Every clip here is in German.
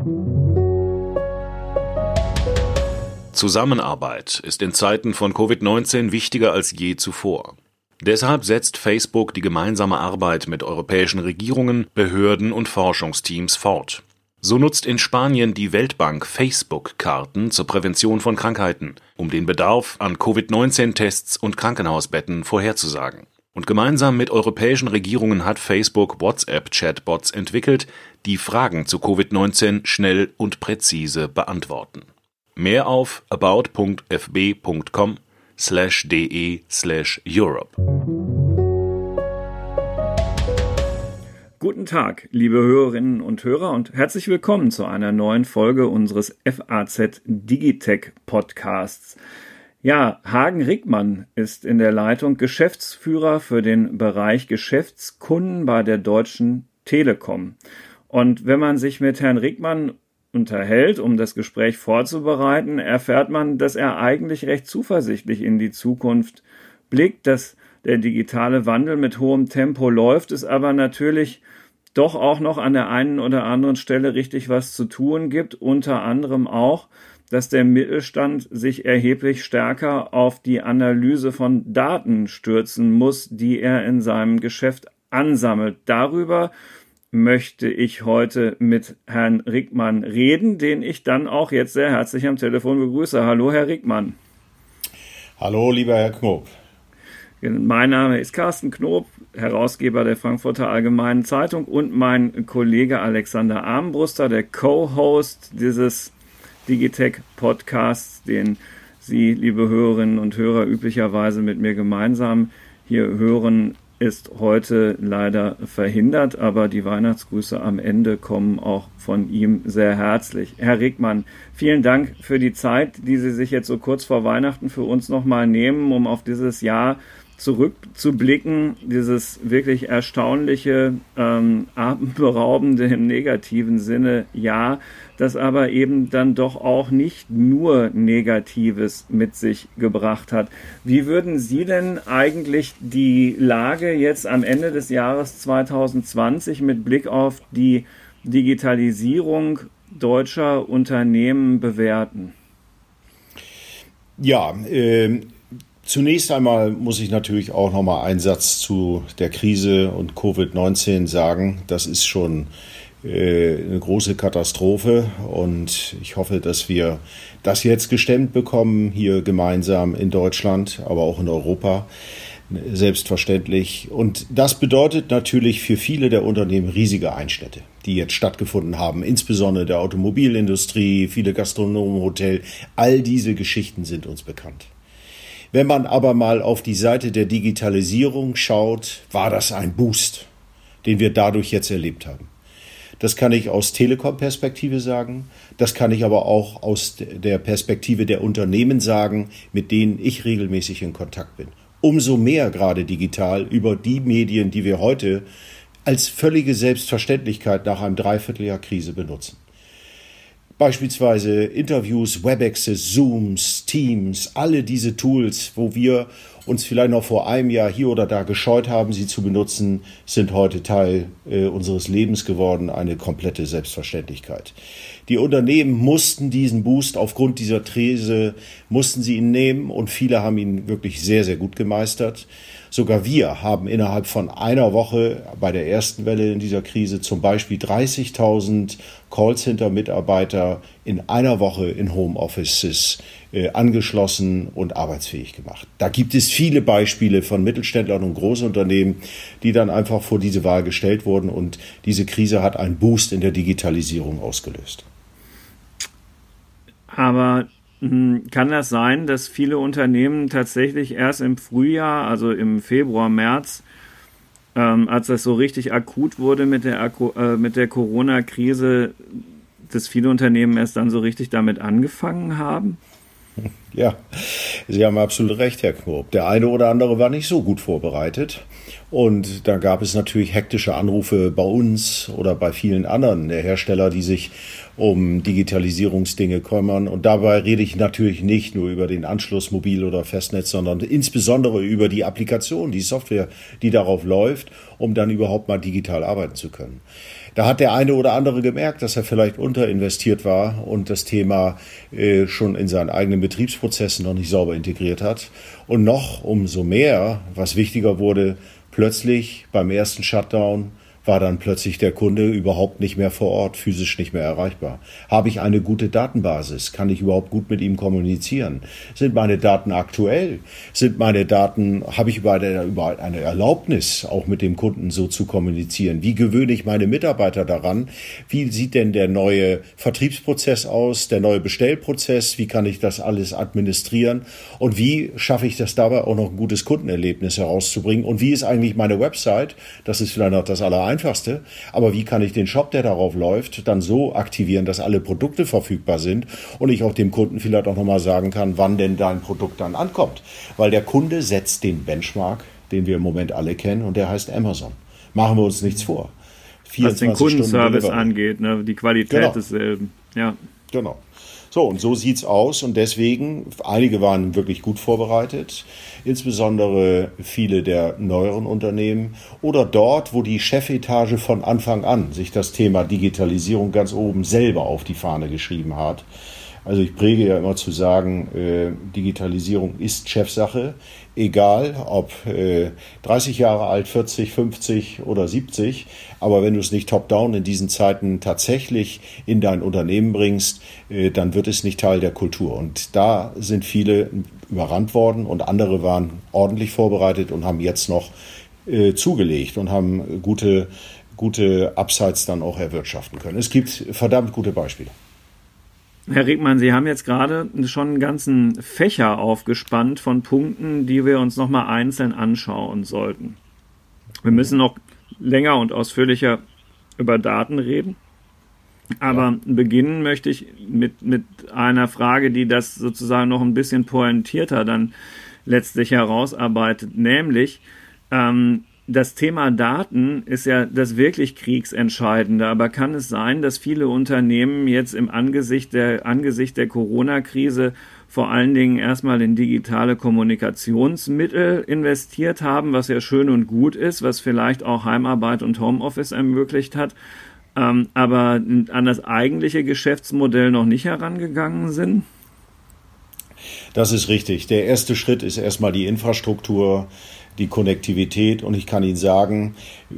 Zusammenarbeit ist in Zeiten von Covid-19 wichtiger als je zuvor. Deshalb setzt Facebook die gemeinsame Arbeit mit europäischen Regierungen, Behörden und Forschungsteams fort. So nutzt in Spanien die Weltbank Facebook-Karten zur Prävention von Krankheiten, um den Bedarf an Covid-19-Tests und Krankenhausbetten vorherzusagen. Und gemeinsam mit europäischen Regierungen hat Facebook WhatsApp-Chatbots entwickelt, die Fragen zu Covid-19 schnell und präzise beantworten. Mehr auf about.fb.com/de/Europe. Guten Tag, liebe Hörerinnen und Hörer, und herzlich willkommen zu einer neuen Folge unseres FAZ Digitech Podcasts. Ja, Hagen Rickmann ist in der Leitung, Geschäftsführer für den Bereich Geschäftskunden bei der Deutschen Telekom. Und wenn man sich mit Herrn Rickmann unterhält, um das Gespräch vorzubereiten, erfährt man, dass er eigentlich recht zuversichtlich in die Zukunft blickt, dass der digitale Wandel mit hohem Tempo läuft, es aber natürlich doch auch noch an der einen oder anderen Stelle richtig was zu tun gibt, unter anderem auch, dass der Mittelstand sich erheblich stärker auf die Analyse von Daten stürzen muss, die er in seinem Geschäft ansammelt. Darüber möchte ich heute mit Herrn Rickmann reden, den ich dann auch jetzt sehr herzlich am Telefon begrüße. Hallo, Herr Rickmann. Hallo, lieber Herr Knob. Mein Name ist Carsten Knob, Herausgeber der Frankfurter Allgemeinen Zeitung, und mein Kollege Alexander Armbruster, der Co-Host dieses Digitech-Podcasts, den Sie, liebe Hörerinnen und Hörer, üblicherweise mit mir gemeinsam hier hören, ist heute leider verhindert, aber die Weihnachtsgrüße am Ende kommen auch von ihm sehr herzlich. Herr Rickmann, vielen Dank für die Zeit, die Sie sich jetzt so kurz vor Weihnachten für uns nochmal nehmen, um auf dieses Jahr zurückzublicken, dieses wirklich erstaunliche, atemberaubende im negativen Sinne Jahr, das aber eben dann doch auch nicht nur Negatives mit sich gebracht hat. Wie würden Sie denn eigentlich die Lage jetzt am Ende des Jahres 2020 mit Blick auf die Digitalisierung deutscher Unternehmen bewerten? Ja, zunächst einmal muss ich natürlich auch noch mal einen Satz zu der Krise und Covid-19 sagen. Das ist schon eine große Katastrophe, und ich hoffe, dass wir das jetzt gestemmt bekommen, hier gemeinsam in Deutschland, aber auch in Europa, selbstverständlich. Und das bedeutet natürlich für viele der Unternehmen riesige Einschnitte, die jetzt stattgefunden haben, insbesondere der Automobilindustrie, viele Gastronomen, Hotel, all diese Geschichten sind uns bekannt. Wenn man aber mal auf die Seite der Digitalisierung schaut, war das ein Boost, den wir dadurch jetzt erlebt haben. Das kann ich aus Telekom-Perspektive sagen, das kann ich aber auch aus der Perspektive der Unternehmen sagen, mit denen ich regelmäßig in Kontakt bin. Umso mehr gerade digital über die Medien, die wir heute als völlige Selbstverständlichkeit nach einem Dreivierteljahr Krise benutzen. Beispielsweise Interviews, Webexes, Zooms, Teams, alle diese Tools, wo wir uns vielleicht noch vor einem Jahr hier oder da gescheut haben, sie zu benutzen, sind heute Teil unseres Lebens geworden, eine komplette Selbstverständlichkeit. Die Unternehmen mussten diesen Boost aufgrund dieser Krise, mussten sie ihn nehmen, und viele haben ihn wirklich sehr, sehr gut gemeistert. Sogar wir haben innerhalb von einer Woche bei der ersten Welle in dieser Krise zum Beispiel 30.000 Callcenter-Mitarbeiter in einer Woche in Homeoffices angeschlossen und arbeitsfähig gemacht. Da gibt es viele Beispiele von Mittelständlern und Großunternehmen, die dann einfach vor diese Wahl gestellt wurden, und diese Krise hat einen Boost in der Digitalisierung ausgelöst. Aber kann das sein, dass viele Unternehmen tatsächlich erst im Frühjahr, also im Februar, März, als das so richtig akut wurde mit der Corona-Krise, dass viele Unternehmen erst dann so richtig damit angefangen haben? Ja, Sie haben absolut recht, Herr Knob. Der eine oder andere war nicht so gut vorbereitet. Und da gab es natürlich hektische Anrufe bei uns oder bei vielen anderen der Hersteller, die sich um Digitalisierungsdinge kümmern. Und dabei rede ich natürlich nicht nur über den Anschluss Mobil oder Festnetz, sondern insbesondere über die Applikation, die Software, die darauf läuft, um dann überhaupt mal digital arbeiten zu können. Da hat der eine oder andere gemerkt, dass er vielleicht unterinvestiert war und das Thema schon in seinen eigenen Betriebsprozessen noch nicht sauber integriert hat. Und noch umso mehr, was wichtiger wurde, plötzlich beim ersten Shutdown war dann plötzlich der Kunde überhaupt nicht mehr vor Ort, physisch nicht mehr erreichbar. Habe ich eine gute Datenbasis? Kann ich überhaupt gut mit ihm kommunizieren? Sind meine Daten aktuell? Habe ich überhaupt eine Erlaubnis, auch mit dem Kunden so zu kommunizieren? Wie gewöhne ich meine Mitarbeiter daran? Wie sieht denn der neue Vertriebsprozess aus, der neue Bestellprozess? Wie kann ich das alles administrieren? Und wie schaffe ich das dabei auch noch ein gutes Kundenerlebnis herauszubringen? Und wie ist eigentlich meine Website? Das ist vielleicht noch das Einfachste, aber wie kann ich den Shop, der darauf läuft, dann so aktivieren, dass alle Produkte verfügbar sind und ich auch dem Kunden vielleicht auch nochmal sagen kann, wann denn dein Produkt dann ankommt. Weil der Kunde setzt den Benchmark, den wir im Moment alle kennen, und der heißt Amazon. Machen wir uns nichts vor. Was den Kundenservice angeht, ne, die Qualität desselben. Ja. Genau. So, und so sieht's aus und deswegen, einige waren wirklich gut vorbereitet, insbesondere viele der neueren Unternehmen oder dort, wo die Chefetage von Anfang an sich das Thema Digitalisierung ganz oben selber auf die Fahne geschrieben hat. Also ich präge ja immer zu sagen, Digitalisierung ist Chefsache, egal ob 30 Jahre alt, 40, 50 oder 70. Aber wenn du es nicht top-down in diesen Zeiten tatsächlich in dein Unternehmen bringst, dann wird es nicht Teil der Kultur. Und da sind viele überrannt worden und andere waren ordentlich vorbereitet und haben jetzt noch zugelegt und haben gute Upsides dann auch erwirtschaften können. Es gibt verdammt gute Beispiele. Herr Rickmann, Sie haben jetzt gerade schon einen ganzen Fächer aufgespannt von Punkten, die wir uns nochmal einzeln anschauen sollten. Wir müssen noch länger und ausführlicher über Daten reden. Aber beginnen möchte ich mit einer Frage, die das sozusagen noch ein bisschen pointierter dann letztlich herausarbeitet, nämlich das Thema Daten ist ja das wirklich Kriegsentscheidende, aber kann es sein, dass viele Unternehmen jetzt im Angesicht der Corona-Krise vor allen Dingen erstmal in digitale Kommunikationsmittel investiert haben, was ja schön und gut ist, was vielleicht auch Heimarbeit und Homeoffice ermöglicht hat, aber an das eigentliche Geschäftsmodell noch nicht herangegangen sind? Das ist richtig. Der erste Schritt ist erstmal die Infrastruktur, die Konnektivität, und ich kann Ihnen sagen,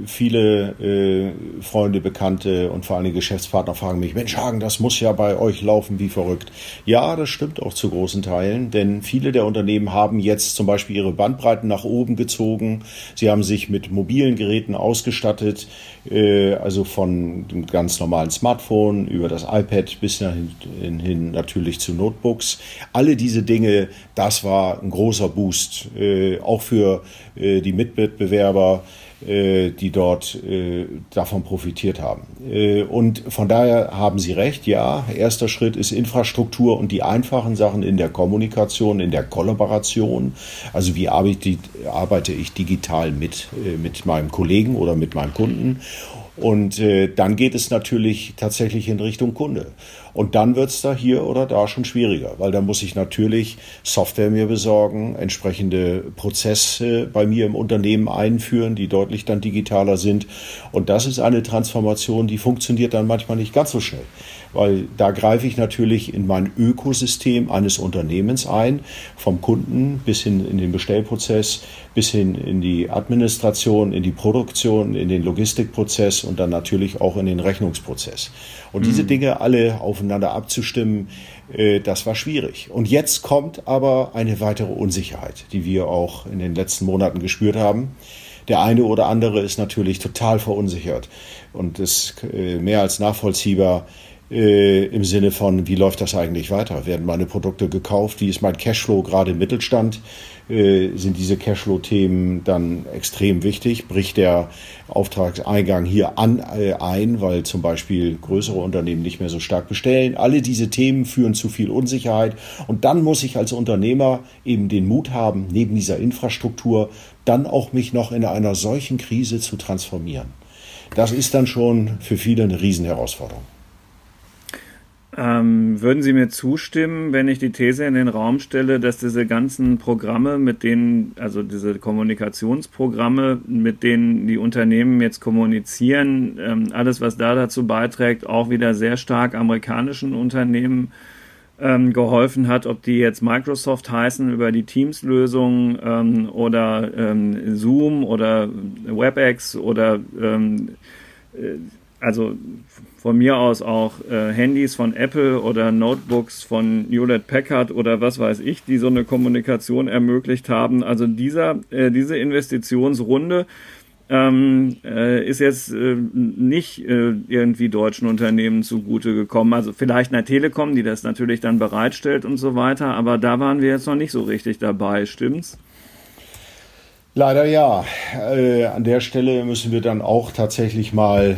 viele Freunde, Bekannte und vor allem Geschäftspartner fragen mich, Mensch Hagen, das muss ja bei euch laufen wie verrückt. Ja, das stimmt auch zu großen Teilen, denn viele der Unternehmen haben jetzt zum Beispiel ihre Bandbreiten nach oben gezogen. Sie haben sich mit mobilen Geräten ausgestattet, also von dem ganz normalen Smartphone über das iPad bis hin natürlich zu Notebooks. Alle diese Dinge, das war ein großer Boost, auch für die Mitwettbewerber, die dort davon profitiert haben. Und von daher haben Sie recht, ja, erster Schritt ist Infrastruktur und die einfachen Sachen in der Kommunikation, in der Kollaboration. Also wie arbeite ich digital mit meinem Kollegen oder mit meinem Kunden. Und dann geht es natürlich tatsächlich in Richtung Kunde. Und dann wird es da hier oder da schon schwieriger, weil da muss ich natürlich Software mir besorgen, entsprechende Prozesse bei mir im Unternehmen einführen, die deutlich dann digitaler sind. Und das ist eine Transformation, die funktioniert dann manchmal nicht ganz so schnell. Weil da greife ich natürlich in mein Ökosystem eines Unternehmens ein, vom Kunden bis hin in den Bestellprozess, bis hin in die Administration, in die Produktion, in den Logistikprozess und dann natürlich auch in den Rechnungsprozess. Und diese Dinge alle aufeinander abzustimmen, das war schwierig. Und jetzt kommt aber eine weitere Unsicherheit, die wir auch in den letzten Monaten gespürt haben. Der eine oder andere ist natürlich total verunsichert und ist mehr als nachvollziehbar. im Sinne von, wie läuft das eigentlich weiter? Werden meine Produkte gekauft? Wie ist mein Cashflow gerade im Mittelstand? Sind diese Cashflow-Themen dann extrem wichtig? Bricht der Auftragseingang hier ein, weil zum Beispiel größere Unternehmen nicht mehr so stark bestellen? Alle diese Themen führen zu viel Unsicherheit. Und dann muss ich als Unternehmer eben den Mut haben, neben dieser Infrastruktur dann auch mich noch in einer solchen Krise zu transformieren. Das ist dann schon für viele eine Riesenherausforderung. Würden Sie mir zustimmen, wenn ich die These in den Raum stelle, dass diese ganzen Programme, mit denen, also diese Kommunikationsprogramme, mit denen die Unternehmen jetzt kommunizieren, alles, was da dazu beiträgt, auch wieder sehr stark amerikanischen Unternehmen geholfen hat, ob die jetzt Microsoft heißen über die Teams-Lösung oder Zoom oder WebEx oder also von mir aus auch Handys von Apple oder Notebooks von Hewlett Packard oder was weiß ich, die so eine Kommunikation ermöglicht haben. Also diese Investitionsrunde ist jetzt nicht irgendwie deutschen Unternehmen zugute gekommen. Also vielleicht einer Telekom, die das natürlich dann bereitstellt und so weiter, aber da waren wir jetzt noch nicht so richtig dabei, stimmt's? Leider ja. An der Stelle müssen wir dann auch tatsächlich mal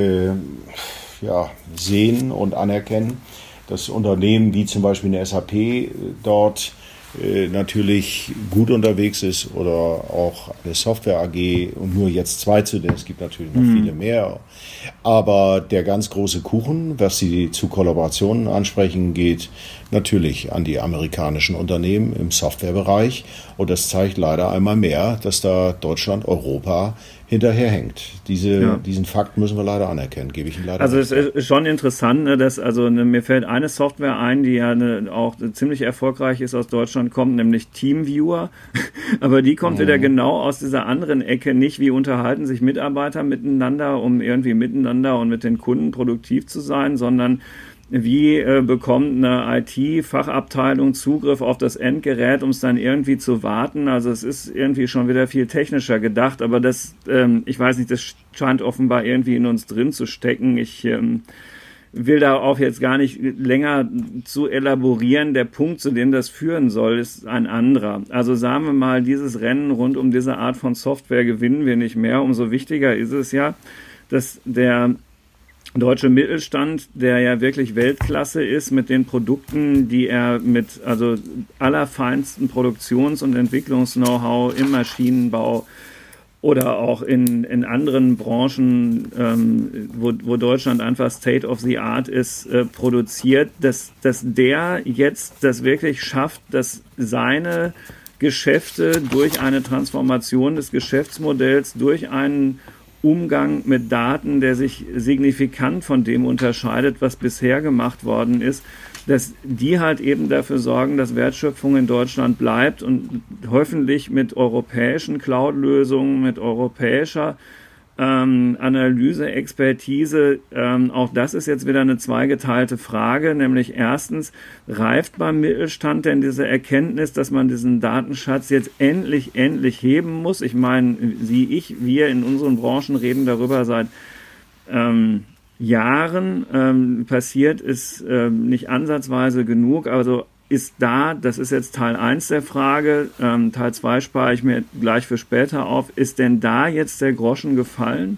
sehen und anerkennen, dass Unternehmen wie zum Beispiel eine SAP dort natürlich gut unterwegs ist oder auch eine Software AG, und nur jetzt zwei zu nennen, es gibt natürlich noch viele mehr. Aber der ganz große Kuchen, was Sie zu Kollaborationen ansprechen, geht natürlich an die amerikanischen Unternehmen im Softwarebereich. Und das zeigt leider einmal mehr, dass da Deutschland, Europa hinterherhängt. Diesen Fakt müssen wir leider anerkennen, gebe ich Ihnen leider. Also es ist schon interessant, ne, dass mir fällt eine Software ein, die ja auch ziemlich erfolgreich ist, aus Deutschland kommt, nämlich TeamViewer. Aber die kommt wieder genau aus dieser anderen Ecke, nicht wie unterhalten sich Mitarbeiter miteinander, um irgendwie miteinander und mit den Kunden produktiv zu sein, sondern wie bekommt eine IT-Fachabteilung Zugriff auf das Endgerät, um es dann irgendwie zu warten? Also es ist irgendwie schon wieder viel technischer gedacht, aber das, ich weiß nicht, das scheint offenbar irgendwie in uns drin zu stecken. Ich will da auch jetzt gar nicht länger zu elaborieren. Der Punkt, zu dem das führen soll, ist ein anderer. Also sagen wir mal, dieses Rennen rund um diese Art von Software gewinnen wir nicht mehr. Umso wichtiger ist es ja, dass der deutsche Mittelstand, der ja wirklich Weltklasse ist mit den Produkten, die er mit also allerfeinsten Produktions- und Entwicklungs-Know-how im Maschinenbau oder auch in anderen Branchen, wo Deutschland einfach State of the Art ist, produziert, dass der jetzt das wirklich schafft, dass seine Geschäfte durch eine Transformation des Geschäftsmodells, durch einen Umgang mit Daten, der sich signifikant von dem unterscheidet, was bisher gemacht worden ist, dass die halt eben dafür sorgen, dass Wertschöpfung in Deutschland bleibt und hoffentlich mit europäischen Cloud-Lösungen, mit europäischer Analyse, Expertise, auch das ist jetzt wieder eine zweigeteilte Frage, nämlich erstens, reift beim Mittelstand denn diese Erkenntnis, dass man diesen Datenschatz jetzt endlich heben muss? Ich meine, wir in unseren Branchen reden darüber seit Jahren, passiert ist nicht ansatzweise genug, also ist da, das ist jetzt Teil 1 der Frage, Teil 2 spare ich mir gleich für später auf, ist denn da jetzt der Groschen gefallen?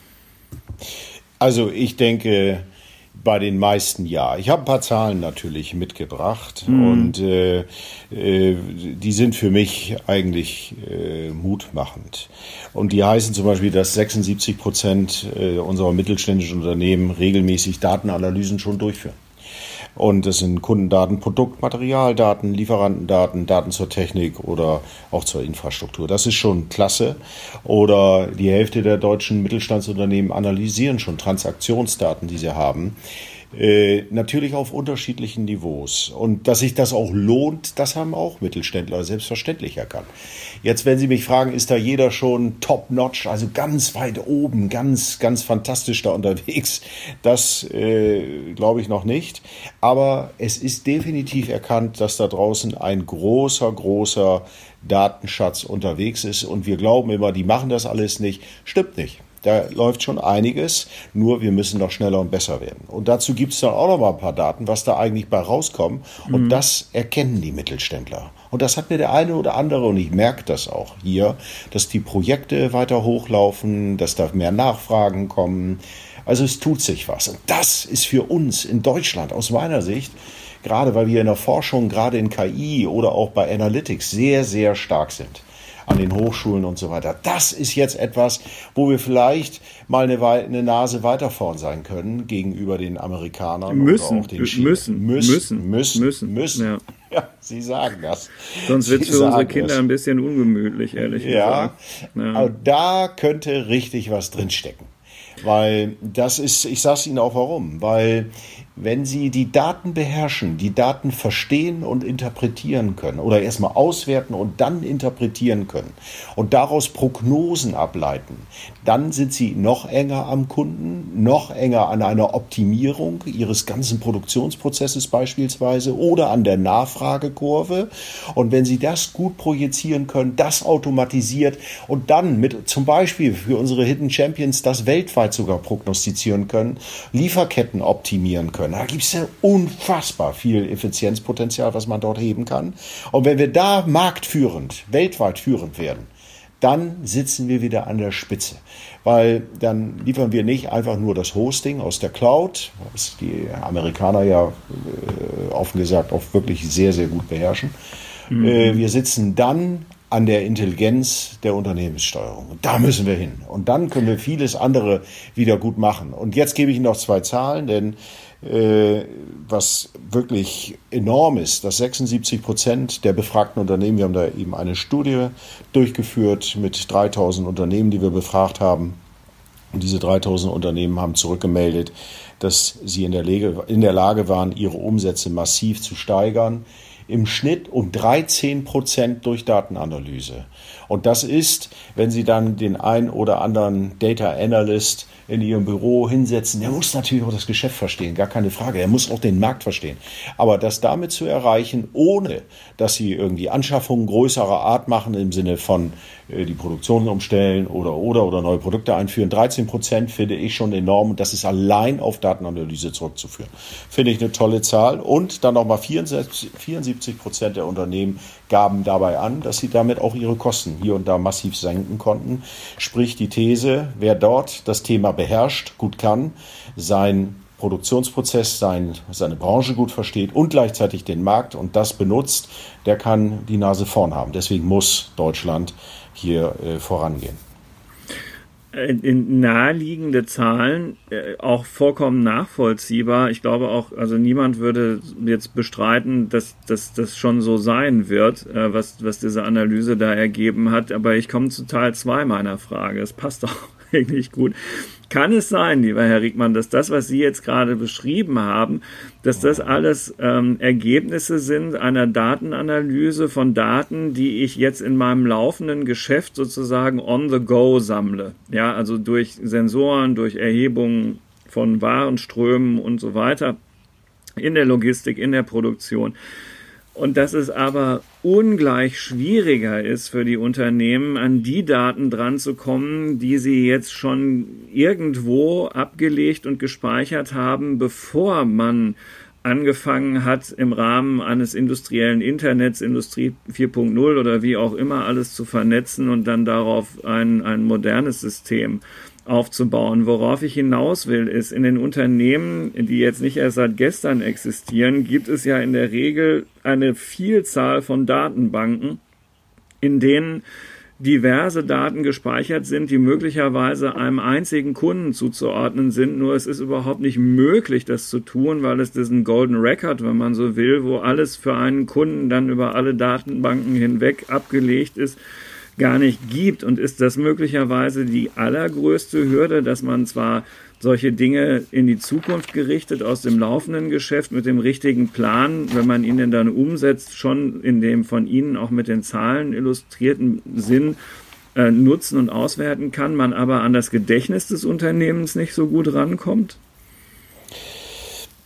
Also ich denke, bei den meisten ja. Ich habe ein paar Zahlen natürlich mitgebracht und die sind für mich eigentlich mutmachend. Und die heißen zum Beispiel, dass 76% unserer mittelständischen Unternehmen regelmäßig Datenanalysen schon durchführen. Und das sind Kundendaten, Produktmaterialdaten, Lieferantendaten, Daten zur Technik oder auch zur Infrastruktur. Das ist schon klasse. Oder die Hälfte der deutschen Mittelstandsunternehmen analysieren schon Transaktionsdaten, die sie haben. Natürlich auf unterschiedlichen Niveaus. Und dass sich das auch lohnt, das haben auch Mittelständler selbstverständlich erkannt. Jetzt, wenn Sie mich fragen, ist da jeder schon top-notch, also ganz weit oben, ganz, ganz fantastisch da unterwegs? Das glaube ich noch nicht. Aber es ist definitiv erkannt, dass da draußen ein großer Datenschatz unterwegs ist. Und wir glauben immer, die machen das alles nicht. Stimmt nicht. Da läuft schon einiges, nur wir müssen noch schneller und besser werden. Und dazu gibt es dann auch noch mal ein paar Daten, was da eigentlich bei rauskommt. Und das erkennen die Mittelständler. Und das hat mir der eine oder andere, und ich merke das auch hier, dass die Projekte weiter hochlaufen, dass da mehr Nachfragen kommen. Also es tut sich was. Und das ist für uns in Deutschland aus meiner Sicht, gerade weil wir in der Forschung, gerade in KI oder auch bei Analytics sehr, sehr stark sind, an den Hochschulen und so weiter. Das ist jetzt etwas, wo wir vielleicht mal eine Nase weiter vorn sein können gegenüber den Amerikanern oder auch den Chinesen. Müssen. Ja. Ja, Sie sagen das. Sonst wird es für unsere Kinder ein bisschen ungemütlich, ehrlich gesagt. Ja, aber da könnte richtig was drinstecken. Weil das ist, ich sage es Ihnen auch warum, weil wenn Sie die Daten beherrschen, die Daten verstehen und interpretieren können oder erstmal auswerten und dann interpretieren können und daraus Prognosen ableiten, dann sind Sie noch enger am Kunden, noch enger an einer Optimierung Ihres ganzen Produktionsprozesses beispielsweise oder an der Nachfragekurve. Und wenn Sie das gut projizieren können, das automatisiert und dann mit zum Beispiel für unsere Hidden Champions das weltweit sogar prognostizieren können, Lieferketten optimieren können. Da gibt es ja unfassbar viel Effizienzpotenzial, was man dort heben kann. Und wenn wir da marktführend, weltweit führend werden, dann sitzen wir wieder an der Spitze. Weil dann liefern wir nicht einfach nur das Hosting aus der Cloud, was die Amerikaner ja offen gesagt auch wirklich sehr, sehr gut beherrschen. Wir sitzen dann an der Intelligenz der Unternehmenssteuerung. Und da müssen wir hin. Und dann können wir vieles andere wieder gut machen. Und jetzt gebe ich Ihnen noch 2 Zahlen, denn was wirklich enorm ist, dass 76% der befragten Unternehmen, wir haben da eben eine Studie durchgeführt mit 3000 Unternehmen, die wir befragt haben. Und diese 3000 Unternehmen haben zurückgemeldet, dass sie in der Lage waren, ihre Umsätze massiv zu steigern. Im Schnitt um 13% durch Datenanalyse. Und das ist, wenn Sie dann den ein oder anderen Data Analyst in Ihrem Büro hinsetzen, der muss natürlich auch das Geschäft verstehen, gar keine Frage, er muss auch den Markt verstehen. Aber das damit zu erreichen, ohne dass Sie irgendwie Anschaffungen größerer Art machen, im Sinne von die Produktion umstellen oder neue Produkte einführen, 13% finde ich schon enorm und das ist allein auf Datenanalyse zurückzuführen. Finde ich eine tolle Zahl und dann nochmal 74% der Unternehmen gaben dabei an, dass sie damit auch ihre Kosten hier und da massiv senken konnten. Sprich die These, wer dort das Thema beherrscht, gut kann, sein Produktionsprozess, seine Branche gut versteht und gleichzeitig den Markt und das benutzt, der kann die Nase vorn haben. Deswegen muss Deutschland hier vorangehen. In naheliegende Zahlen, auch vollkommen nachvollziehbar. Ich glaube auch, also niemand würde jetzt bestreiten, dass das schon so sein wird, was diese Analyse da ergeben hat. Aber ich komme zu Teil 2 meiner Frage. Es passt auch eigentlich gut. Kann es sein, lieber Herr Riekmann, dass das, was Sie jetzt gerade beschrieben haben, dass das alles Ergebnisse sind einer Datenanalyse von Daten, die ich jetzt in meinem laufenden Geschäft sozusagen on the go sammle? Ja, also durch Sensoren, durch Erhebungen von Warenströmen und so weiter in der Logistik, in der Produktion. Und dass es aber ungleich schwieriger ist für die Unternehmen, an die Daten dran zu kommen, die sie jetzt schon irgendwo abgelegt und gespeichert haben, bevor man angefangen hat, im Rahmen eines industriellen Internets, Industrie 4.0 oder wie auch immer alles zu vernetzen und dann darauf ein modernes System aufzubauen. Worauf ich hinaus will, ist, in den Unternehmen, die jetzt nicht erst seit gestern existieren, gibt es ja in der Regel eine Vielzahl von Datenbanken, in denen diverse Daten gespeichert sind, die möglicherweise einem einzigen Kunden zuzuordnen sind. Nur es ist überhaupt nicht möglich, das zu tun, weil es diesen Golden Record, wenn man so will, wo alles für einen Kunden dann über alle Datenbanken hinweg abgelegt ist, gar nicht gibt. Und ist das möglicherweise die allergrößte Hürde, dass man zwar solche Dinge in die Zukunft gerichtet aus dem laufenden Geschäft mit dem richtigen Plan, wenn man ihn denn dann umsetzt, schon in dem von Ihnen auch mit den Zahlen illustrierten Sinn nutzen und auswerten kann, man aber an das Gedächtnis des Unternehmens nicht so gut rankommt?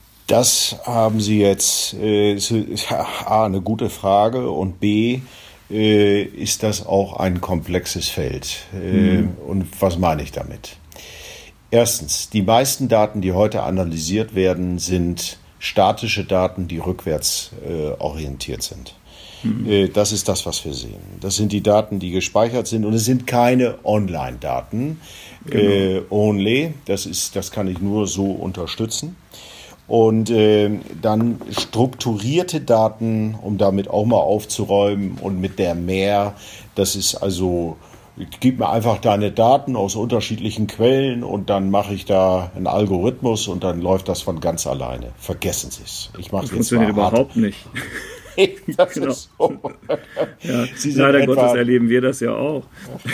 Das haben Sie jetzt A, eine gute Frage und B, ist das auch ein komplexes Feld. Und was meine ich damit? Erstens, die meisten Daten, die heute analysiert werden, sind statische Daten, die rückwärts orientiert sind. Das ist das, was wir sehen. Das sind die Daten, die gespeichert sind, und es sind keine Online-Daten only. Das kann ich nur so unterstützen. Und dann strukturierte Daten, um damit auch mal aufzuräumen, und mit der mehr, das ist also, gib mir einfach deine Daten aus unterschiedlichen Quellen und dann mache ich da einen Algorithmus und dann läuft das von ganz alleine. Vergessen Sie es. Ich mache das funktioniert überhaupt nicht. Das ist so. Ja, leider Gottes erleben wir das ja auch.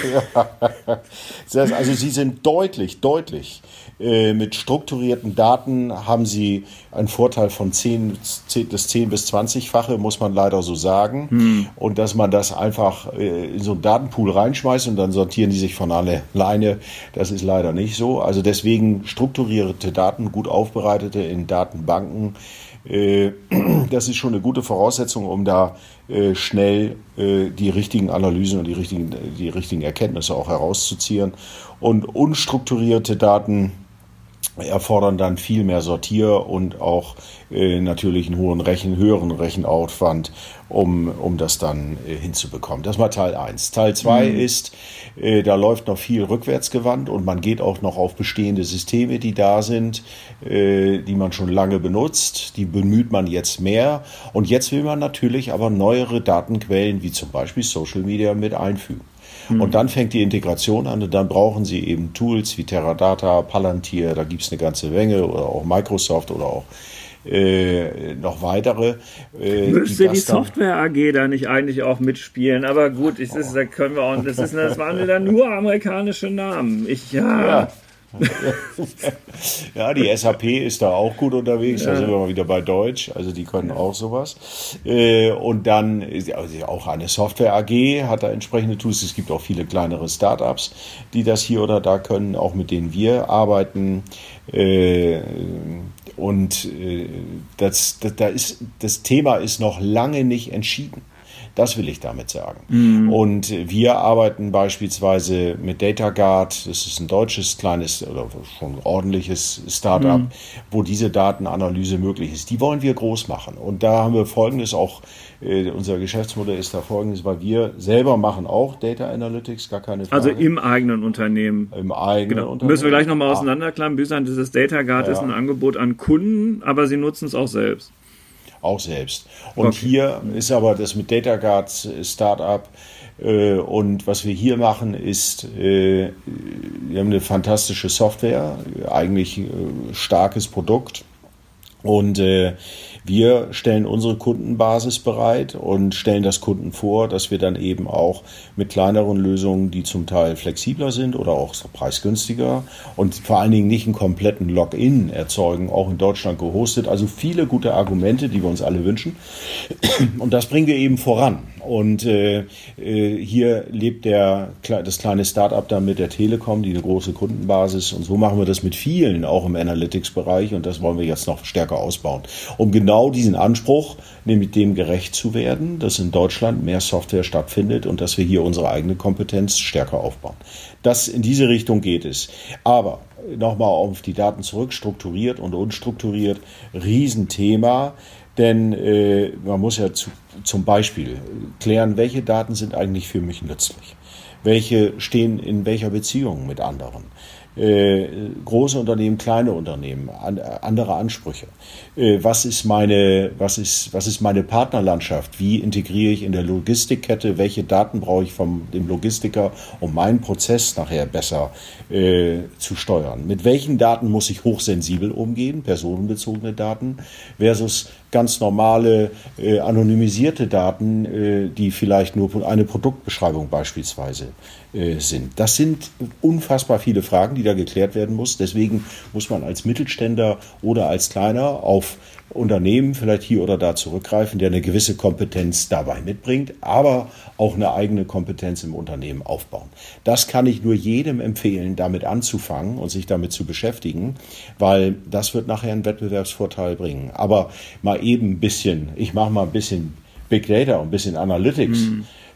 Also Sie sind deutlich mit strukturierten Daten haben Sie einen Vorteil von 10 bis 20-fache, muss man leider so sagen. Und dass man das einfach in so einen Datenpool reinschmeißt und dann sortieren die sich von alleine, das ist leider nicht so. Also deswegen strukturierte Daten, gut aufbereitete in Datenbanken, das ist schon eine gute Voraussetzung, um da schnell die richtigen Analysen und die richtigen Erkenntnisse auch herauszuziehen. Und unstrukturierte Daten erfordern dann viel mehr Sortier und auch natürlich einen höheren Rechenaufwand, um das dann hinzubekommen. Das war Teil 1. Teil 2 ist, da läuft noch viel rückwärtsgewandt und man geht auch noch auf bestehende Systeme, die da sind, die man schon lange benutzt. Die bemüht man jetzt mehr. Und jetzt will man natürlich aber neuere Datenquellen, wie zum Beispiel Social Media, mit einfügen. Und dann fängt die Integration an und dann brauchen Sie eben Tools wie Teradata, Palantir, da gibt es eine ganze Menge, oder auch Microsoft oder auch noch weitere. Müsste die Software AG da nicht eigentlich auch mitspielen? Aber gut, da können wir auch, das waren dann nur amerikanische Namen. Ja, die SAP ist da auch gut unterwegs, da sind wir mal wieder bei Deutsch, also die können auch sowas. Und dann auch eine Software AG hat da entsprechende Tools. Es gibt auch viele kleinere Startups, die das hier oder da können, auch mit denen wir arbeiten. Das Thema ist noch lange nicht entschieden. Das will ich damit sagen. Und wir arbeiten beispielsweise mit DataGuard, das ist ein deutsches, kleines oder schon ordentliches Startup, wo diese Datenanalyse möglich ist. Die wollen wir groß machen. Und da haben wir Folgendes auch, unser Geschäftsmodell ist da Folgendes, weil wir selber machen auch Data Analytics, gar keine Frage. Also im eigenen Unternehmen. Im eigenen Unternehmen. Müssen wir gleich nochmal auseinanderklammern. Büsan, dieses DataGuard ist ein Angebot an Kunden, aber Sie nutzen es auch selbst. Auch selbst. Und hier ist aber das mit DataGuard Startup und was wir hier machen ist, wir haben eine fantastische Software, eigentlich starkes Produkt und wir stellen unsere Kundenbasis bereit und stellen das Kunden vor, dass wir dann eben auch mit kleineren Lösungen, die zum Teil flexibler sind oder auch preisgünstiger und vor allen Dingen nicht einen kompletten Login erzeugen, auch in Deutschland gehostet. Also viele gute Argumente, die wir uns alle wünschen. Und das bringen wir eben voran. Und hier lebt das kleine Start-up dann mit der Telekom, die eine große Kundenbasis. Und so machen wir das mit vielen, auch im Analytics-Bereich. Und das wollen wir jetzt noch stärker ausbauen, um genau diesen Anspruch, nämlich dem gerecht zu werden, dass in Deutschland mehr Software stattfindet und dass wir hier unsere eigene Kompetenz stärker aufbauen. In diese Richtung geht es. Aber nochmal auf die Daten zurück, strukturiert und unstrukturiert, Riesenthema. Denn man muss ja zum Beispiel klären, welche Daten sind eigentlich für mich nützlich? Welche stehen in welcher Beziehung mit anderen? Große Unternehmen, kleine Unternehmen, andere Ansprüche. Was ist meine Partnerlandschaft? Wie integriere ich in der Logistikkette? Welche Daten brauche ich dem Logistiker, um meinen Prozess nachher besser zu steuern? Mit welchen Daten muss ich hochsensibel umgehen? Personenbezogene Daten versus ganz normale anonymisierte Daten, die vielleicht nur eine Produktbeschreibung beispielsweise sind. Das sind unfassbar viele Fragen, die da geklärt werden muss. Deswegen muss man als Mittelständler oder als Kleiner auf Unternehmen vielleicht hier oder da zurückgreifen, der eine gewisse Kompetenz dabei mitbringt, aber auch eine eigene Kompetenz im Unternehmen aufbauen. Das kann ich nur jedem empfehlen, damit anzufangen und sich damit zu beschäftigen, weil das wird nachher einen Wettbewerbsvorteil bringen. Aber mal eben ein bisschen, ich mache mal ein bisschen Big Data und ein bisschen Analytics.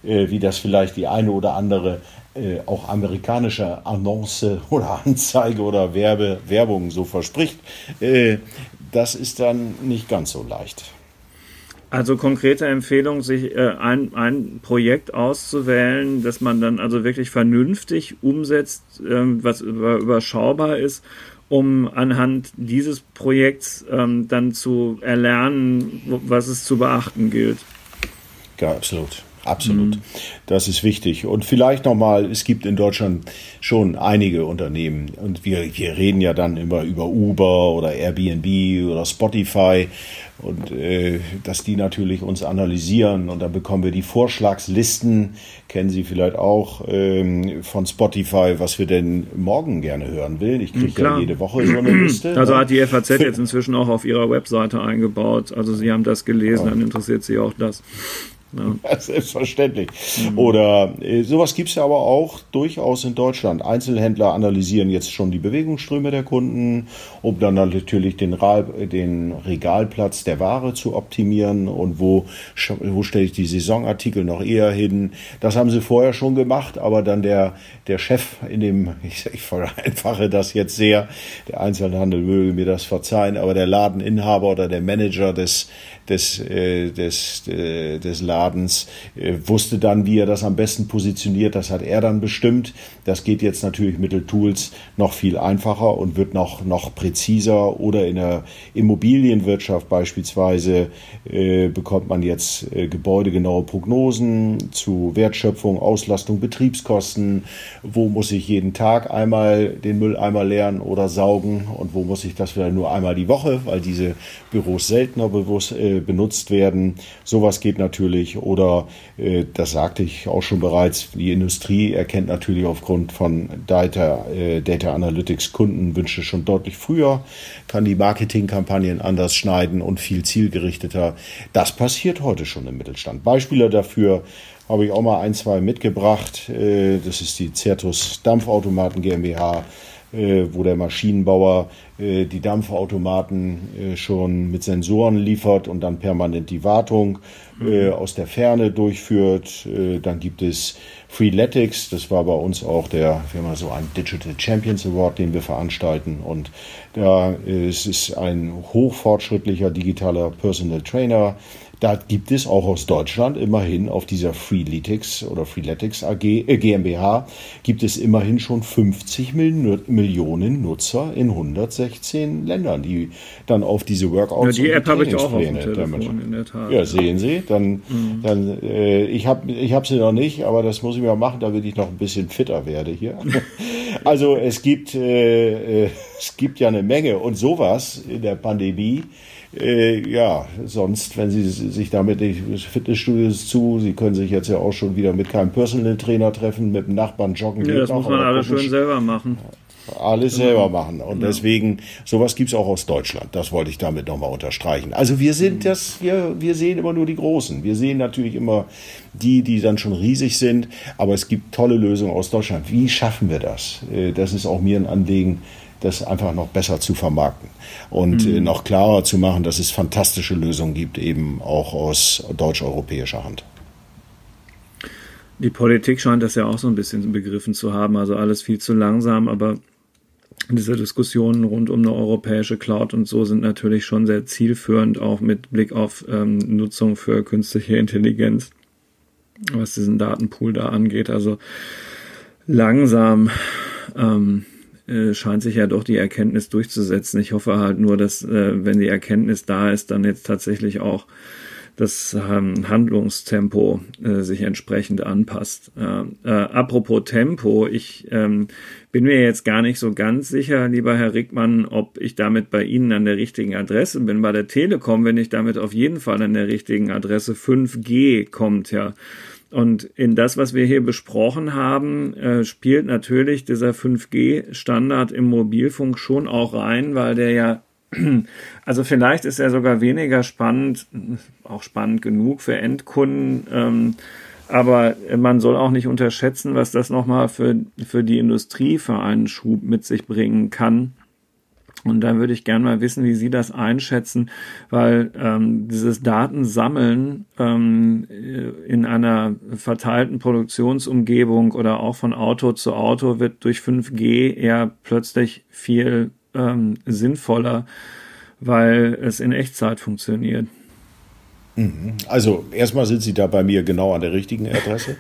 wie das vielleicht die eine oder andere auch amerikanische Annonce oder Anzeige oder Werbung so verspricht. Das ist dann nicht ganz so leicht. Also konkrete Empfehlung, sich ein Projekt auszuwählen, das man dann also wirklich vernünftig umsetzt, was überschaubar ist, um anhand dieses Projekts dann zu erlernen, was es zu beachten gilt. Ja, absolut. Absolut. Das ist wichtig. Und vielleicht nochmal, es gibt in Deutschland schon einige Unternehmen und wir reden ja dann immer über Uber oder Airbnb oder Spotify und dass die natürlich uns analysieren und dann bekommen wir die Vorschlagslisten, kennen Sie vielleicht auch von Spotify, was wir denn morgen gerne hören will. Ich kriege ja jede Woche so eine Liste. Also hat die FAZ jetzt inzwischen auch auf ihrer Webseite eingebaut. Also Sie haben das gelesen, dann interessiert Sie auch das. Ja. Selbstverständlich. Oder sowas gibt es ja aber auch durchaus in Deutschland. Einzelhändler analysieren jetzt schon die Bewegungsströme der Kunden, um dann natürlich den Regalplatz der Ware zu optimieren und wo stelle ich die Saisonartikel noch eher hin. Das haben sie vorher schon gemacht, aber dann der Chef ich vereinfache das jetzt sehr, der Einzelhandel möge mir das verzeihen, aber der Ladeninhaber oder der Manager des Ladens wusste dann, wie er das am besten positioniert. Das hat er dann bestimmt. Das geht jetzt natürlich mittels Tools noch viel einfacher und wird noch präziser. Oder in der Immobilienwirtschaft beispielsweise bekommt man jetzt gebäudegenaue Prognosen zu Wertschöpfung, Auslastung, Betriebskosten. Wo muss ich jeden Tag einmal den Mülleimer leeren oder saugen und wo muss ich das vielleicht nur einmal die Woche, weil diese Büros seltener benutzt werden. Sowas geht natürlich. Oder, das sagte ich auch schon bereits, die Industrie erkennt natürlich aufgrund von Data Analytics Kundenwünsche schon deutlich früher, kann die Marketingkampagnen anders schneiden und viel zielgerichteter. Das passiert heute schon im Mittelstand. Beispiele dafür habe ich auch mal 1, 2 mitgebracht. Das ist die Certus Dampfautomaten GmbH, wo der Maschinenbauer die Dampfautomaten schon mit Sensoren liefert und dann permanent die Wartung aus der Ferne durchführt. Dann gibt es Freeletics, das war bei uns auch wir haben so einen Digital Champions Award, den wir veranstalten. Und es ist ein hochfortschrittlicher digitaler Personal Trainer. Da gibt es auch aus Deutschland immerhin auf dieser Freeletics oder Freeletics GmbH gibt es immerhin schon 50 Millionen Nutzer in 116 Ländern, die dann auf diese Workouts die App habe ich auch auf dem Trainingspläne Telefon, in der Tat. Ja, sehen Sie, ich habe sie noch nicht, aber das muss ich mal machen, damit ich noch ein bisschen fitter werde hier. Also es gibt ja eine Menge und sowas in der Pandemie. Sonst, wenn Sie sich damit die Fitnessstudios Sie können sich jetzt ja auch schon wieder mit keinem Personal Trainer treffen, mit dem Nachbarn joggen. Ja, das muss man alles schön selber machen. Alles selber machen. Und deswegen, sowas gibt's auch aus Deutschland. Das wollte ich damit nochmal unterstreichen. Also wir sehen immer nur die Großen. Wir sehen natürlich immer die dann schon riesig sind. Aber es gibt tolle Lösungen aus Deutschland. Wie schaffen wir das? Das ist auch mir ein Anliegen, das einfach noch besser zu vermarkten und noch klarer zu machen, dass es fantastische Lösungen gibt, eben auch aus deutsch-europäischer Hand. Die Politik scheint das ja auch so ein bisschen begriffen zu haben, also alles viel zu langsam, aber diese Diskussionen rund um eine europäische Cloud und so sind natürlich schon sehr zielführend, auch mit Blick auf Nutzung für künstliche Intelligenz, was diesen Datenpool da angeht. Also langsam scheint sich ja doch die Erkenntnis durchzusetzen. Ich hoffe halt nur, dass, wenn die Erkenntnis da ist, dann jetzt tatsächlich auch das Handlungstempo sich entsprechend anpasst. Apropos Tempo, ich bin mir jetzt gar nicht so ganz sicher, lieber Herr Rickmann, ob ich damit bei Ihnen an der richtigen Adresse bin. Bei der Telekom bin ich damit auf jeden Fall an der richtigen Adresse. 5G kommt ja. Und in das, was wir hier besprochen haben, spielt natürlich dieser 5G-Standard im Mobilfunk schon auch rein, weil der ja, also vielleicht ist er sogar weniger spannend, auch spannend genug für Endkunden, aber man soll auch nicht unterschätzen, was das nochmal für die Industrie für einen Schub mit sich bringen kann. Und da würde ich gerne mal wissen, wie Sie das einschätzen, weil dieses Datensammeln in einer verteilten Produktionsumgebung oder auch von Auto zu Auto wird durch 5G eher plötzlich viel sinnvoller, weil es in Echtzeit funktioniert. Also erstmal sind Sie da bei mir genau an der richtigen Adresse.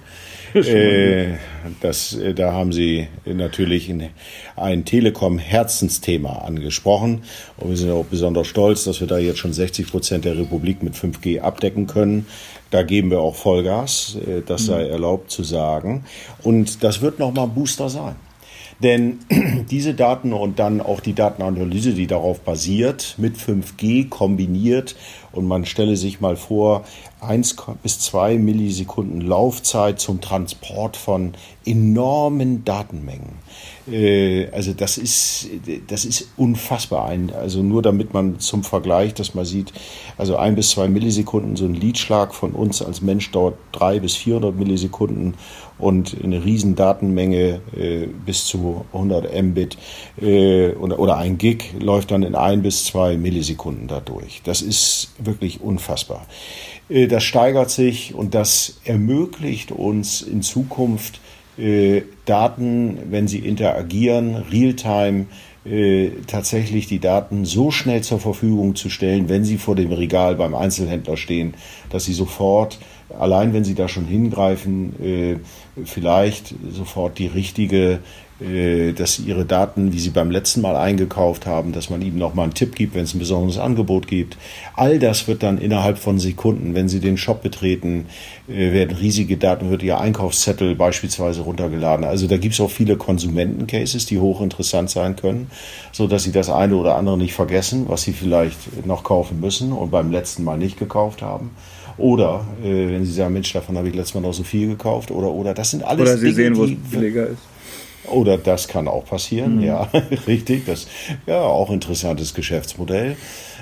Da haben Sie natürlich ein Telekom-Herzensthema angesprochen. Und wir sind auch besonders stolz, dass wir da jetzt schon 60% der Republik mit 5G abdecken können. Da geben wir auch Vollgas, das sei erlaubt zu sagen. Und das wird nochmal ein Booster sein. Denn diese Daten und dann auch die Datenanalyse, die darauf basiert, mit 5G kombiniert, und man stelle sich mal vor, 1 bis 2 Millisekunden Laufzeit zum Transport von enormen Datenmengen. Also das ist unfassbar. Also nur damit man zum Vergleich das mal sieht, also 1 bis 2 Millisekunden, so ein Leadschlag von uns als Mensch dauert 300 bis 400 Millisekunden und eine riesen Datenmenge bis zu 100 Mbit oder 1 Gig läuft dann in 1 bis 2 Millisekunden dadurch. Das ist wirklich unfassbar. Das steigert sich und das ermöglicht uns in Zukunft Daten, wenn sie interagieren, Realtime, tatsächlich die Daten so schnell zur Verfügung zu stellen, wenn sie vor dem Regal beim Einzelhändler stehen, dass sie sofort, allein wenn sie da schon hingreifen, vielleicht sofort die richtige, dass ihre Daten, wie sie beim letzten Mal eingekauft haben, dass man ihnen nochmal einen Tipp gibt, wenn es ein besonderes Angebot gibt. All das wird dann innerhalb von Sekunden, wenn sie den Shop betreten, werden riesige Daten, wird ihr Einkaufszettel beispielsweise runtergeladen. Also da gibt es auch viele Konsumentencases, die hochinteressant sein können, so dass sie das eine oder andere nicht vergessen, was sie vielleicht noch kaufen müssen und beim letzten Mal nicht gekauft haben. Oder wenn sie sagen, Mensch, davon habe ich letztes Mal noch so viel gekauft. Oder das sind alles Dinge. Oder sie Dinge, sehen, wo es billiger ist. Oder das kann auch passieren, ja, richtig. Das ja auch interessantes Geschäftsmodell.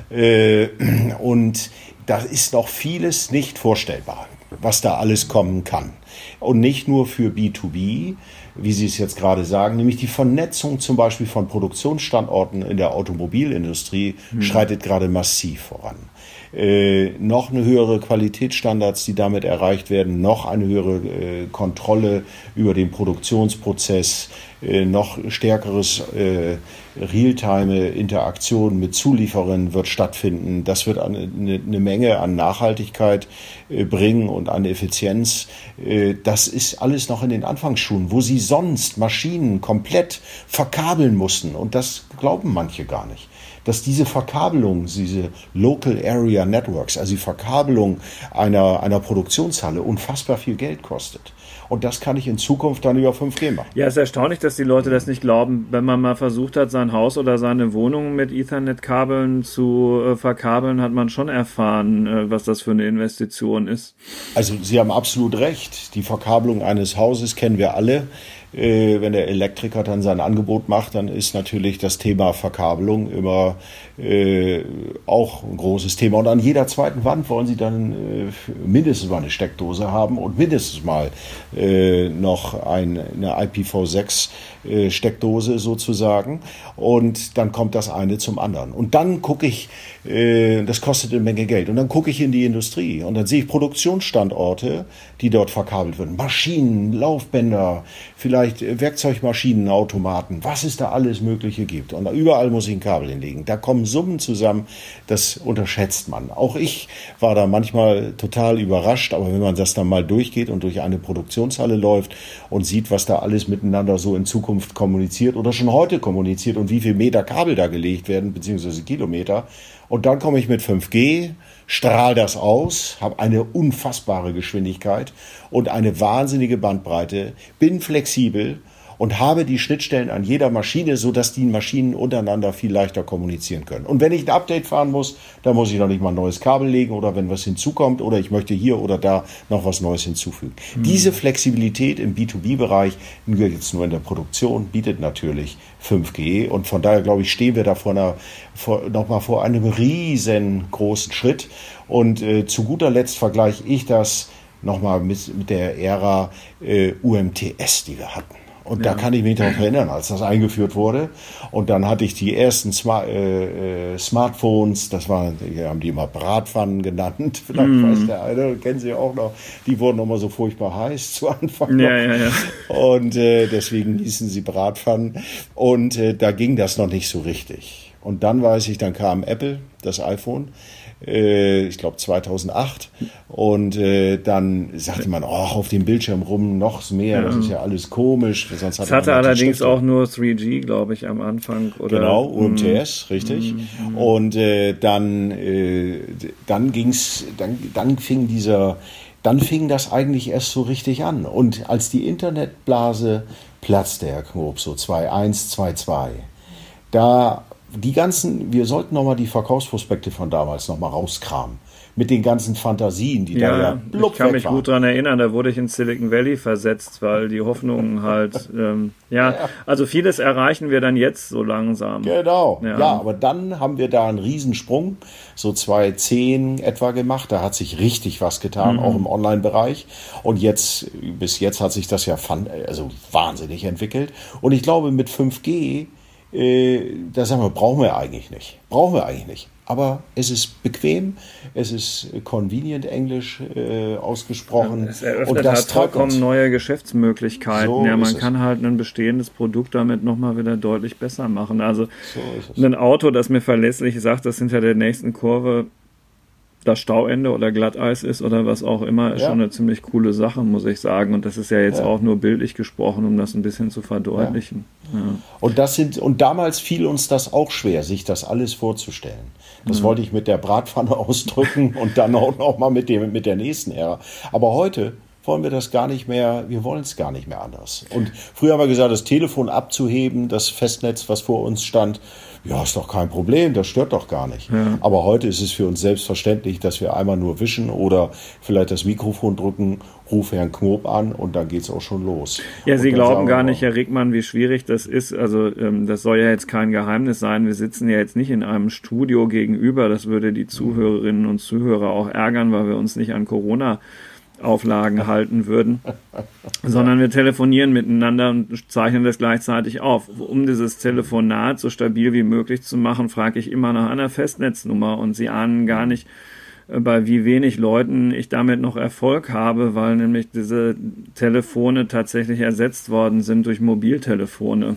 Und da ist noch vieles nicht vorstellbar, was da alles kommen kann. Und nicht nur für B2B, wie Sie es jetzt gerade sagen, nämlich die Vernetzung zum Beispiel von Produktionsstandorten in der Automobilindustrie schreitet gerade massiv voran. Noch eine höhere Qualitätsstandards, die damit erreicht werden, noch eine höhere Kontrolle über den Produktionsprozess, noch stärkeres Realtime-Interaktion mit Zulieferern wird stattfinden. Das wird eine Menge an Nachhaltigkeit bringen und an Effizienz. Das ist alles noch in den Anfangsschuhen, wo sie sonst Maschinen komplett verkabeln mussten. Und das glauben manche gar nicht. Dass diese Verkabelung, diese Local Area Networks, also die Verkabelung einer Produktionshalle unfassbar viel Geld kostet. Und das kann ich in Zukunft dann über 5G machen. Ja, es ist erstaunlich, dass die Leute das nicht glauben. Wenn man mal versucht hat, sein Haus oder seine Wohnung mit Ethernet-Kabeln zu verkabeln, hat man schon erfahren, was das für eine Investition ist. Also Sie haben absolut recht. Die Verkabelung eines Hauses kennen wir alle. Wenn der Elektriker dann sein Angebot macht, dann ist natürlich das Thema Verkabelung immer auch ein großes Thema. Und an jeder zweiten Wand wollen Sie dann mindestens mal eine Steckdose haben und mindestens mal noch eine IPv6 Steckdose sozusagen. Und dann kommt das eine zum anderen. Und dann gucke ich, das kostet eine Menge Geld. Und dann gucke ich in die Industrie und dann sehe ich Produktionsstandorte, die dort verkabelt werden. Maschinen, Laufbänder, vielleicht Werkzeugmaschinen, Automaten, was es da alles Mögliche gibt. Und überall muss ich ein Kabel hinlegen. Da kommen Summen zusammen, das unterschätzt man. Auch ich war da manchmal total überrascht, aber wenn man das dann mal durchgeht und durch eine Produktionshalle läuft und sieht, was da alles miteinander so in Zukunft kommuniziert oder schon heute kommuniziert und wie viel Meter Kabel da gelegt werden, beziehungsweise Kilometer. Und dann komme ich mit 5G, strahle das aus, habe eine unfassbare Geschwindigkeit und eine wahnsinnige Bandbreite, bin flexibel und habe die Schnittstellen an jeder Maschine, sodass die Maschinen untereinander viel leichter kommunizieren können. Und wenn ich ein Update fahren muss, dann muss ich noch nicht mal ein neues Kabel legen oder wenn was hinzukommt oder ich möchte hier oder da noch was Neues hinzufügen. Diese Flexibilität im B2B-Bereich, jetzt nur in der Produktion, bietet natürlich 5G und von daher, glaube ich, stehen wir da nochmal vor einem riesengroßen Schritt und zu guter Letzt vergleiche ich das nochmal mit der Ära UMTS, die wir hatten. Und da kann ich mich noch erinnern, als das eingeführt wurde. Und dann hatte ich die ersten Smartphones, die haben die immer Bratpfannen genannt. Vielleicht weiß der eine, kennen Sie auch noch. Die wurden immer so furchtbar heiß zu Anfang. Ja. Und deswegen hießen sie Bratpfannen. Und da ging das noch nicht so richtig. Und dann weiß ich, dann kam Apple, das iPhone. Ich glaube 2008 und dann sagte man, auf dem Bildschirm rum noch mehr, das ist ja alles komisch. Sonst es hatte allerdings auch nur 3G, glaube ich, am Anfang. Oder? Genau, UMTS, richtig. Und dann fing das eigentlich erst so richtig an. Und als die Internetblase platzte, Herr Knob, so 2.1, 2.2, wir sollten nochmal die Verkaufsprospekte von damals nochmal rauskramen. Mit den ganzen Fantasien, die da ich kann mich gut daran erinnern, da wurde ich in Silicon Valley versetzt, weil die Hoffnungen halt, also vieles erreichen wir dann jetzt so langsam. Genau, aber dann haben wir da einen Riesensprung, so 2010 etwa gemacht, da hat sich richtig was getan, auch im Online-Bereich und bis jetzt hat sich das ja wahnsinnig entwickelt und ich glaube mit 5G da sagen wir, brauchen wir eigentlich nicht. Aber es ist bequem, es ist convenient Englisch ausgesprochen. Es eröffnet halt vollkommen neue Geschäftsmöglichkeiten. So man kann halt ein bestehendes Produkt damit nochmal wieder deutlich besser machen. Also ein Auto, das mir verlässlich sagt, dass hinter der nächsten Kurve das Stauende oder Glatteis ist oder was auch immer, ist schon eine ziemlich coole Sache, muss ich sagen. Und das ist ja jetzt auch nur bildlich gesprochen, um das ein bisschen zu verdeutlichen. Ja. Und damals fiel uns das auch schwer, sich das alles vorzustellen. Das wollte ich mit der Bratpfanne ausdrücken und dann auch noch mal mit der nächsten Ära. Aber heute wollen wir das gar nicht mehr, wir wollen es gar nicht mehr anders. Und früher haben wir gesagt, das Telefon abzuheben, das Festnetz, was vor uns stand, ja, ist doch kein Problem, das stört doch gar nicht. Ja. Aber heute ist es für uns selbstverständlich, dass wir einmal nur wischen oder vielleicht das Mikrofon drücken, rufe Herrn Knob an und dann geht's auch schon los. Ja, Sie glauben gar nicht, Herr Rickmann, wie schwierig das ist. Also das soll ja jetzt kein Geheimnis sein. Wir sitzen ja jetzt nicht in einem Studio gegenüber. Das würde die Zuhörerinnen und Zuhörer auch ärgern, weil wir uns nicht an Corona-Auflagen halten würden, sondern wir telefonieren miteinander und zeichnen das gleichzeitig auf. Um dieses Telefonat so stabil wie möglich zu machen, frage ich immer nach einer Festnetznummer und Sie ahnen gar nicht, bei wie wenig Leuten ich damit noch Erfolg habe, weil nämlich diese Telefone tatsächlich ersetzt worden sind durch Mobiltelefone.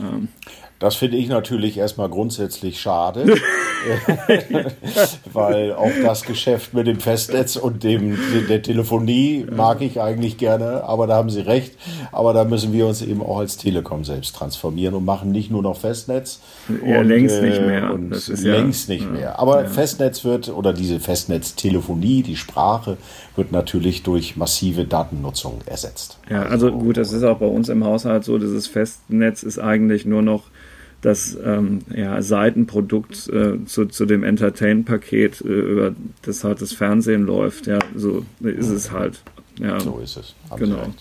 Das finde ich natürlich erstmal grundsätzlich schade, weil auch das Geschäft mit dem Festnetz und der Telefonie mag ich eigentlich gerne, aber da haben Sie recht. Aber da müssen wir uns eben auch als Telekom selbst transformieren und machen nicht nur noch Festnetz. Ja, längst nicht mehr. Und das ist längst nicht mehr. Aber Festnetz oder diese Festnetztelefonie, die Sprache, wird natürlich durch massive Datennutzung ersetzt. Ja, also gut, das ist auch bei uns im Haushalt so, dieses Festnetz ist eigentlich nur noch das Seitenprodukt zu dem Entertain-Paket, über das halt das Fernsehen läuft. Ja, so ist es halt. Ja, so ist es. Genau. Recht,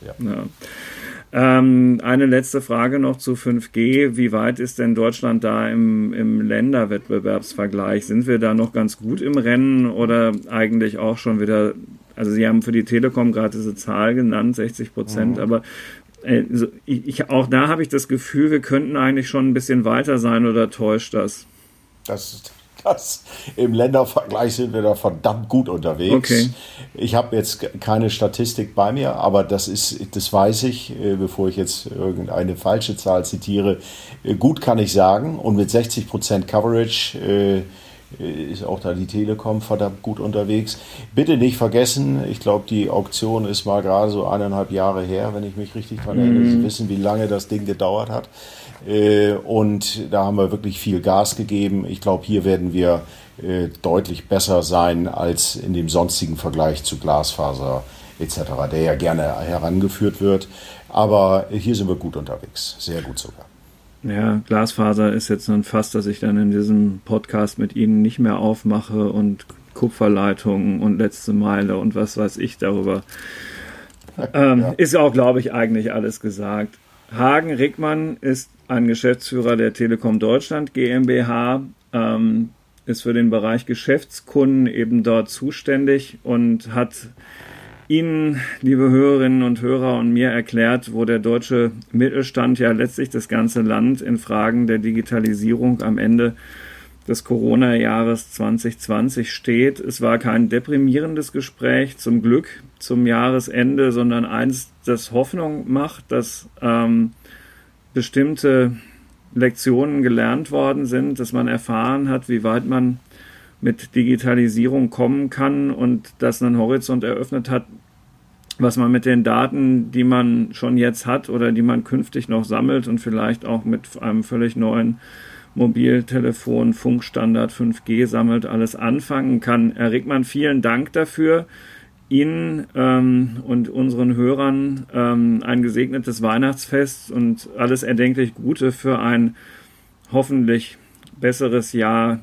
eine letzte Frage noch zu 5G. Wie weit ist denn Deutschland da im Länderwettbewerbsvergleich? Sind wir da noch ganz gut im Rennen oder eigentlich auch schon wieder, also Sie haben für die Telekom gerade diese Zahl genannt, 60%, aber auch da habe ich das Gefühl, wir könnten eigentlich schon ein bisschen weiter sein, oder täuscht das? Im Ländervergleich sind wir da verdammt gut unterwegs. Okay. Ich habe jetzt keine Statistik bei mir, aber das weiß ich, bevor ich jetzt irgendeine falsche Zahl zitiere. Gut kann ich sagen, und mit 60% Coverage ist auch da die Telekom verdammt gut unterwegs. Bitte nicht vergessen, ich glaube, die Auktion ist mal gerade so 1,5 Jahre her, wenn ich mich richtig daran erinnere. Sie wissen, wie lange das Ding gedauert hat. Und da haben wir wirklich viel Gas gegeben. Ich glaube, hier werden wir deutlich besser sein als in dem sonstigen Vergleich zu Glasfaser etc., der ja gerne herangeführt wird. Aber hier sind wir gut unterwegs, sehr gut sogar. Ja, Glasfaser ist jetzt ein Fass, das ich dann in diesem Podcast mit Ihnen nicht mehr aufmache, und Kupferleitungen und letzte Meile und was weiß ich darüber. Ist auch, glaube ich, eigentlich alles gesagt. Hagen Rickmann ist ein Geschäftsführer der Telekom Deutschland GmbH, ist für den Bereich Geschäftskunden eben dort zuständig und hat Ihnen, liebe Hörerinnen und Hörer, und mir erklärt, wo der deutsche Mittelstand, ja letztlich das ganze Land, in Fragen der Digitalisierung am Ende des Corona-Jahres 2020 steht. Es war kein deprimierendes Gespräch, zum Glück, zum Jahresende, sondern eins, das Hoffnung macht, dass bestimmte Lektionen gelernt worden sind, dass man erfahren hat, wie weit man mit Digitalisierung kommen kann und dass einen Horizont eröffnet hat, was man mit den Daten, die man schon jetzt hat oder die man künftig noch sammelt und vielleicht auch mit einem völlig neuen Mobiltelefon, Funkstandard 5G sammelt, alles anfangen kann. Herr Rickmann, vielen Dank dafür. Ihnen und unseren Hörern ein gesegnetes Weihnachtsfest und alles erdenklich Gute für ein hoffentlich besseres Jahr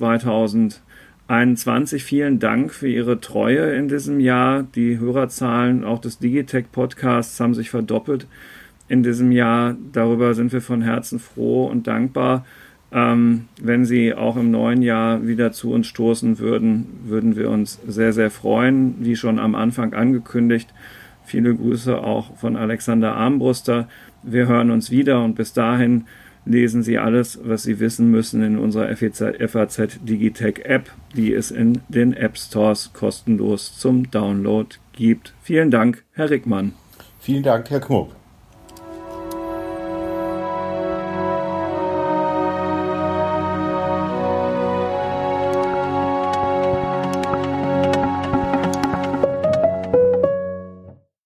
2021. Vielen Dank für Ihre Treue in diesem Jahr. Die Hörerzahlen auch des Digitech-Podcasts haben sich verdoppelt in diesem Jahr. Darüber sind wir von Herzen froh und dankbar. Wenn Sie auch im neuen Jahr wieder zu uns stoßen würden wir uns sehr, sehr freuen. Wie schon am Anfang angekündigt, viele Grüße auch von Alexander Armbruster. Wir hören uns wieder und bis dahin lesen Sie alles, was Sie wissen müssen in unserer FAZ Digitech App, die es in den App Stores kostenlos zum Download gibt. Vielen Dank, Herr Rickmann. Vielen Dank, Herr Kmuck.